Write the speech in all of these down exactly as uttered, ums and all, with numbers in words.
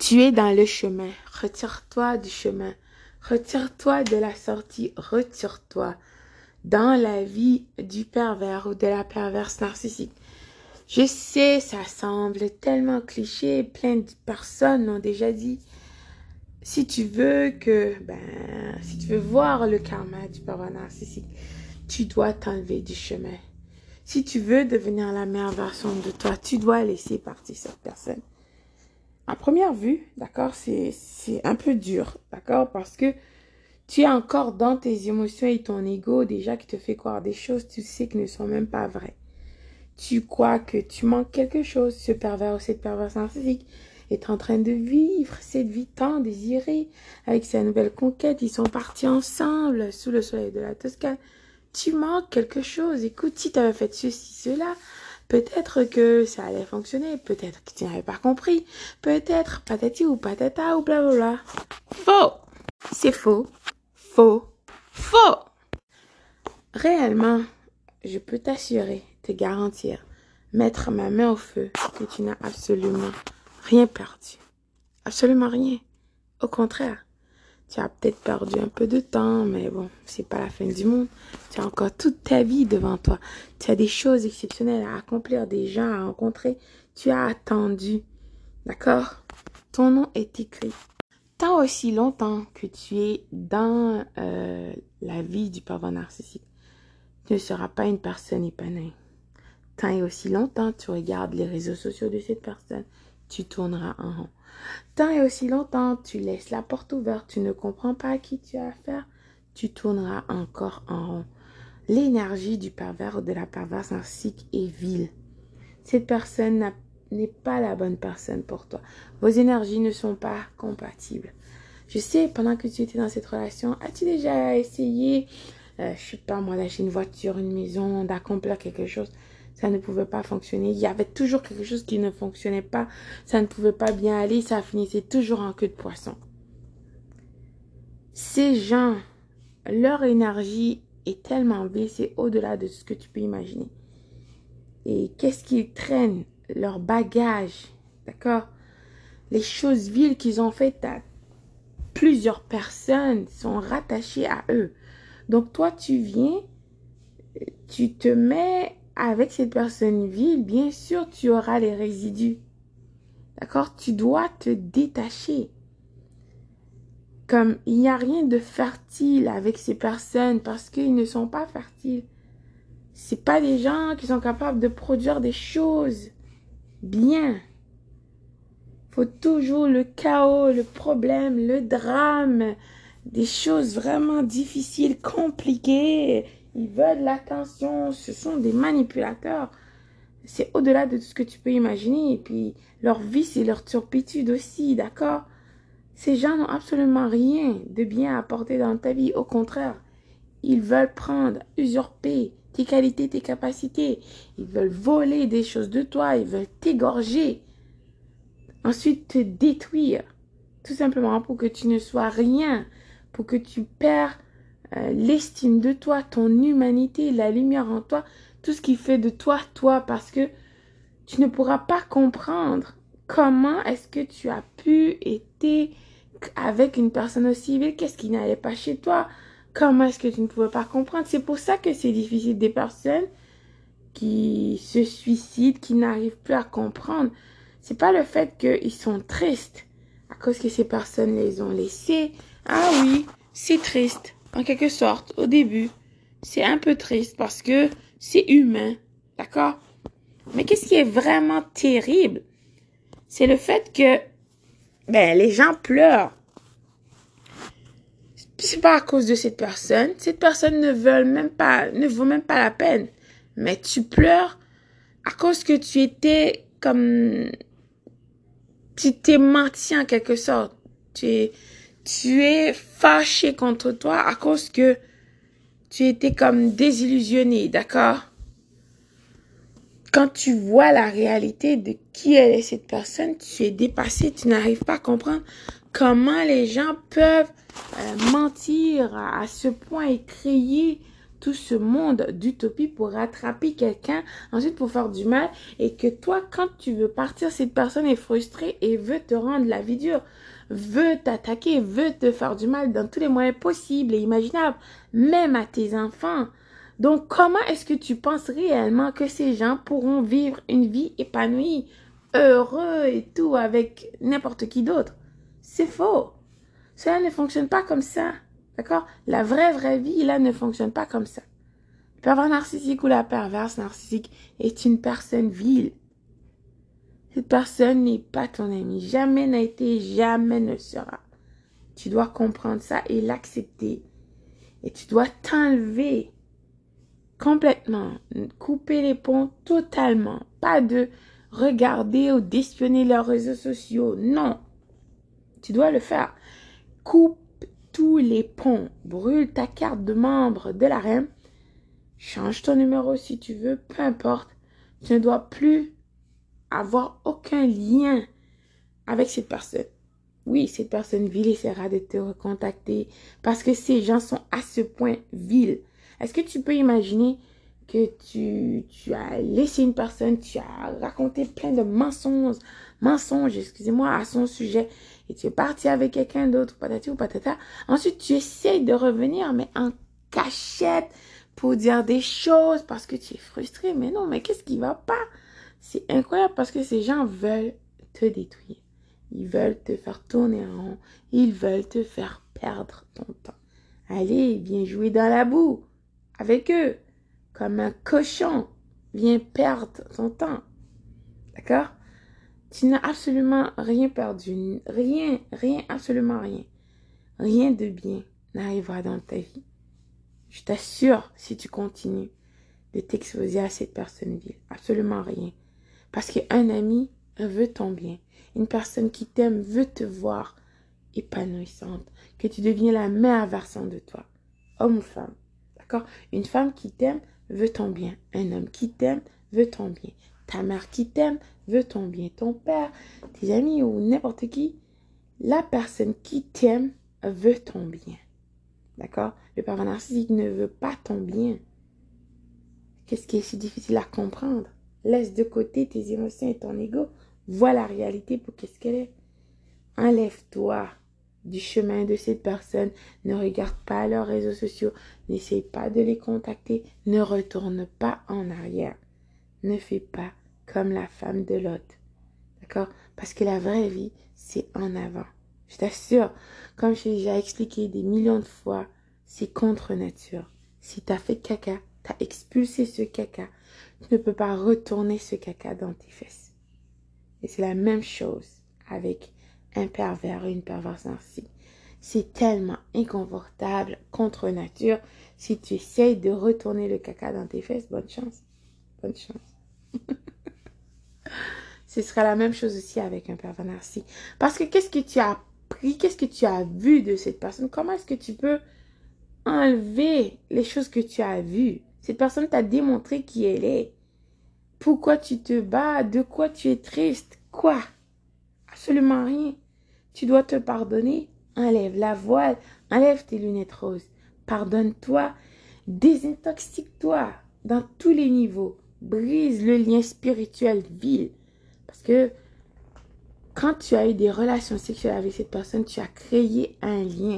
Tu es dans le chemin. Retire-toi du chemin. Retire-toi de la sortie. Retire-toi dans la vie du pervers ou de la perverse narcissique. Je sais, ça semble tellement cliché. Plein de personnes l'ont déjà dit. Si tu veux que, ben, si tu veux voir le karma du pervers narcissique, tu dois t'enlever du chemin. Si tu veux devenir la meilleure version de toi, tu dois laisser partir cette personne. À première vue, d'accord, c'est c'est un peu dur, d'accord, parce que tu es encore dans tes émotions et ton ego déjà qui te fait croire des choses, tu sais, qui ne sont même pas vraies. Tu crois que tu manques quelque chose, ce pervers ou cette perverse narcissique est en train de vivre cette vie tant désirée avec sa nouvelle conquête. Ils sont partis ensemble sous le soleil de la Toscane. Tu manques quelque chose. Écoute, si tu avais fait ceci, cela, peut-être que ça allait fonctionner. Peut-être que tu n'avais pas compris. Peut-être patati ou patata ou blablabla. Faux. C'est faux. Faux. Faux. Réellement, je peux t'assurer, te garantir, mettre ma main au feu que tu n'as absolument rien perdu. Absolument rien. Au contraire, tu as peut-être perdu un peu de temps, mais bon, c'est pas la fin du monde. Tu as encore toute ta vie devant toi. Tu as des choses exceptionnelles à accomplir, des gens à rencontrer. Tu as attendu. D'accord? Ton nom est écrit. Tant aussi longtemps que tu es dans euh, la vie du pervers narcissique, tu ne seras pas une personne épanouie. Tant et aussi longtemps tu regardes les réseaux sociaux de cette personne, tu tourneras en rond. Tant et aussi longtemps tu laisses la porte ouverte, tu ne comprends pas à qui tu as affaire, tu tourneras encore en rond. L'énergie du pervers ou de la perverse narcissique est vile. Cette personne n'est pas la bonne personne pour toi. Vos énergies ne sont pas compatibles. Je sais, pendant que tu étais dans cette relation, as-tu déjà essayé, euh, je sais pas moi, d'acheter une voiture, une maison, d'accomplir quelque chose? Ça ne pouvait pas fonctionner. Il y avait toujours quelque chose qui ne fonctionnait pas. Ça ne pouvait pas bien aller. Ça finissait toujours en queue de poisson. Ces gens, leur énergie est tellement vile, c'est au-delà de ce que tu peux imaginer. Et qu'est-ce qu'ils traînent? Leur bagage, d'accord? Les choses viles qu'ils ont faites à plusieurs personnes sont rattachées à eux. Donc toi, tu viens, tu te mets avec cette personne vile, bien sûr, tu auras les résidus. D'accord? Tu dois te détacher. Comme il n'y a rien de fertile avec ces personnes parce qu'ils ne sont pas fertiles. C'est pas des gens qui sont capables de produire des choses bien. Faut toujours le chaos, le problème, le drame, des choses vraiment difficiles, compliquées. Ils veulent l'attention, ce sont des manipulateurs. C'est au-delà de tout ce que tu peux imaginer. Et puis, leur vice et leur turpitude aussi, d'accord? Ces gens n'ont absolument rien de bien à apporter dans ta vie. Au contraire, ils veulent prendre, usurper tes qualités, tes capacités. Ils veulent voler des choses de toi. Ils veulent t'égorger. Ensuite, te détruire. Tout simplement pour que tu ne sois rien. Pour que tu perds euh, l'estime de toi, ton humanité, la lumière en toi. Tout ce qui fait de toi, toi. Parce que tu ne pourras pas comprendre comment est-ce que tu as pu être avec une personne aussi vile. Qu'est-ce qui n'allait pas chez toi? Comment est-ce que tu ne pouvais pas comprendre? C'est pour ça que c'est difficile. Des personnes qui se suicident, qui n'arrivent plus à comprendre. C'est pas le fait qu'ils sont tristes à cause que ces personnes les ont laissés. Ah oui, c'est triste, en quelque sorte, au début. C'est un peu triste parce que c'est humain, d'accord? Mais qu'est-ce qui est vraiment terrible? C'est le fait que ben, les gens pleurent. C'est pas à cause de cette personne. Cette personne ne veut même pas, ne vaut même pas la peine. Mais tu pleures à cause que tu étais comme... Tu t'es menti en quelque sorte. Tu es, tu es fâché contre toi à cause que tu étais comme désillusionné, d'accord? Quand tu vois la réalité de qui elle est cette personne, tu es dépassé, tu n'arrives pas à comprendre comment les gens peuvent euh, mentir à, à ce point et créer tout ce monde d'utopie pour rattraper quelqu'un, ensuite pour faire du mal, et que toi, quand tu veux partir, cette personne est frustrée et veut te rendre la vie dure, veut t'attaquer, veut te faire du mal dans tous les moyens possibles et imaginables, même à tes enfants. Donc, comment est-ce que tu penses réellement que ces gens pourront vivre une vie épanouie, heureux et tout avec n'importe qui d'autre? C'est faux. Cela ne fonctionne pas comme ça. D'accord? La vraie, vraie vie, là, ne fonctionne pas comme ça. Le pervers narcissique ou la perverse narcissique est une personne vile. Cette personne n'est pas ton ami. Jamais n'a été, jamais ne sera. Tu dois comprendre ça et l'accepter. Et tu dois t'enlever complètement, couper les ponts totalement. Pas de regarder ou d'espionner leurs réseaux sociaux. Non. Tu dois le faire. Coupe tous les ponts. Brûle ta carte de membre de la R E M. Change ton numéro si tu veux. Peu importe. Tu ne dois plus avoir aucun lien avec cette personne. Oui, cette personne vile essaiera de te recontacter parce que ces gens sont à ce point vils. Est-ce que tu peux imaginer que tu, tu as laissé une personne, tu as raconté plein de mensonges, mensonges, excusez-moi, à son sujet, et tu es parti avec quelqu'un d'autre, patati ou patata. Ensuite, tu essaies de revenir, mais en cachette, pour dire des choses parce que tu es frustré. Mais non, mais qu'est-ce qui va pas? C'est incroyable parce que ces gens veulent te détruire. Ils veulent te faire tourner en rond. Ils veulent te faire perdre ton temps. Allez, viens jouer dans la boue avec eux. Comme un cochon. Viens perdre ton temps. D'accord? Tu n'as absolument rien perdu. Rien, rien, absolument rien. Rien de bien n'arrivera dans ta vie. Je t'assure, si tu continues de t'exposer à cette personne vile. Absolument rien. Parce qu'un ami veut ton bien. Une personne qui t'aime veut te voir épanouissante. Que tu deviens la meilleure version de toi. Homme ou femme. D'accord? Une femme qui t'aime veut ton bien. Un homme qui t'aime veut ton bien. Ta mère qui t'aime veut ton bien. Ton père, tes amis ou n'importe qui. La personne qui t'aime veut ton bien. D'accord? Le pervers narcissique ne veut pas ton bien. Qu'est-ce qui est si difficile à comprendre? Laisse de côté tes émotions et ton ego. Vois la réalité pour qu'est-ce qu'elle est. Enlève-toi du chemin de cette personne. Ne regarde pas leurs réseaux sociaux. N'essaye pas de les contacter. Ne retourne pas en arrière. Ne fais pas comme la femme de Lot. D'accord? Parce que la vraie vie, c'est en avant. Je t'assure, comme je t'ai déjà expliqué des millions de fois, c'est contre nature. Si tu as fait caca, tu as expulsé ce caca, tu ne peux pas retourner ce caca dans tes fesses. Et c'est la même chose avec un pervers et une perverse narcissique. C'est tellement inconfortable, contre nature. Si tu essayes de retourner le caca dans tes fesses, bonne chance. Bonne chance. Ce sera la même chose aussi avec un pervers narcissique. Parce que qu'est-ce que tu as appris, qu'est-ce que tu as vu de cette personne? Comment est-ce que tu peux enlever les choses que tu as vues? Cette personne t'a démontré qui elle est. Pourquoi tu te bats? De quoi tu es triste? Quoi? Absolument rien. Tu dois te pardonner. Enlève la voile. Enlève tes lunettes roses. Pardonne-toi. Désintoxique-toi dans tous les niveaux. Brise le lien spirituel vil. Parce que quand tu as eu des relations sexuelles avec cette personne, tu as créé un lien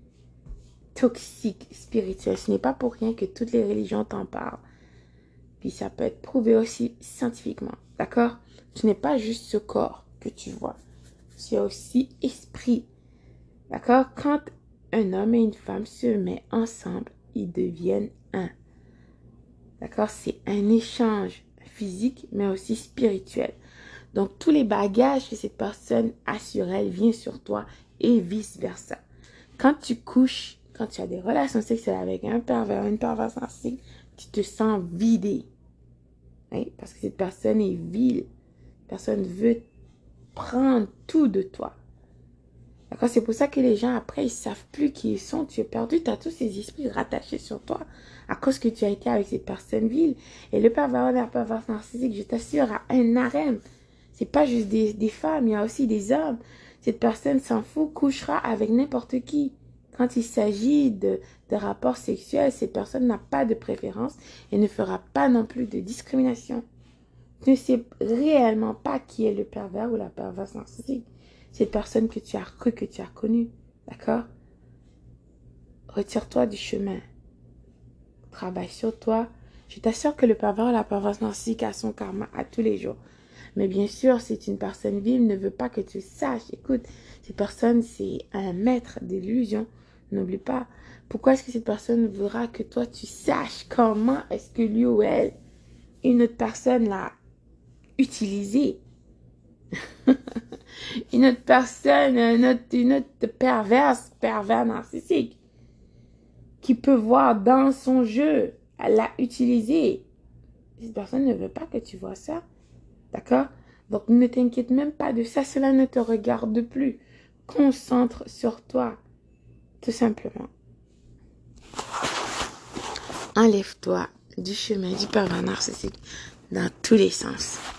toxique spirituel. Ce n'est pas pour rien que toutes les religions t'en parlent. Puis ça peut être prouvé aussi scientifiquement. D'accord? Ce n'est pas juste ce corps que tu vois. C'est aussi esprit. D'accord? Quand un homme et une femme se mettent ensemble, ils deviennent un. D'accord? C'est un échange physique, mais aussi spirituel. Donc, tous les bagages que cette personne a sur elle viennent sur toi et vice-versa. Quand tu couches, quand tu as des relations sexuelles avec un pervers, une perverse narcissique, tu te sens vidé. Oui, parce que cette personne est vile. Cette personne veut prendre tout de toi. D'accord? C'est pour ça que les gens, après, ils ne savent plus qui ils sont. Tu es perdu, tu as tous ces esprits rattachés sur toi à cause que tu as été avec cette personne vile. Et le pervers, la perverse narcissique, je t'assure, a un harem. C'est pas juste des, des femmes, il y a aussi des hommes. Cette personne s'en fout, couchera avec n'importe qui. Quand il s'agit de, de rapports sexuels, cette personne n'a pas de préférence et ne fera pas non plus de discrimination. Tu ne sais réellement pas qui est le pervers ou la perverse narcissique. Cette personne que tu as cru, que tu as connue. D'accord? Retire-toi du chemin. Travaille sur toi. Je t'assure que le pervers ou la perverse narcissique a son karma à tous les jours. Mais bien sûr, c'est une personne vive, ne veut pas que tu saches. Écoute, cette personne, c'est un maître d'illusion. N'oublie pas. Pourquoi est-ce que cette personne voudra que toi, tu saches comment est-ce que lui ou elle, une autre personne l'a utilisé? Une autre personne, une autre, une autre perverse, pervers narcissique, qui peut voir dans son jeu, elle l'a utilisé. Cette personne ne veut pas que tu vois ça. D'accord? Donc, ne t'inquiète même pas de ça. Cela ne te regarde plus. Concentre sur toi. Tout simplement. Enlève-toi du chemin du pervers narcissique dans tous les sens.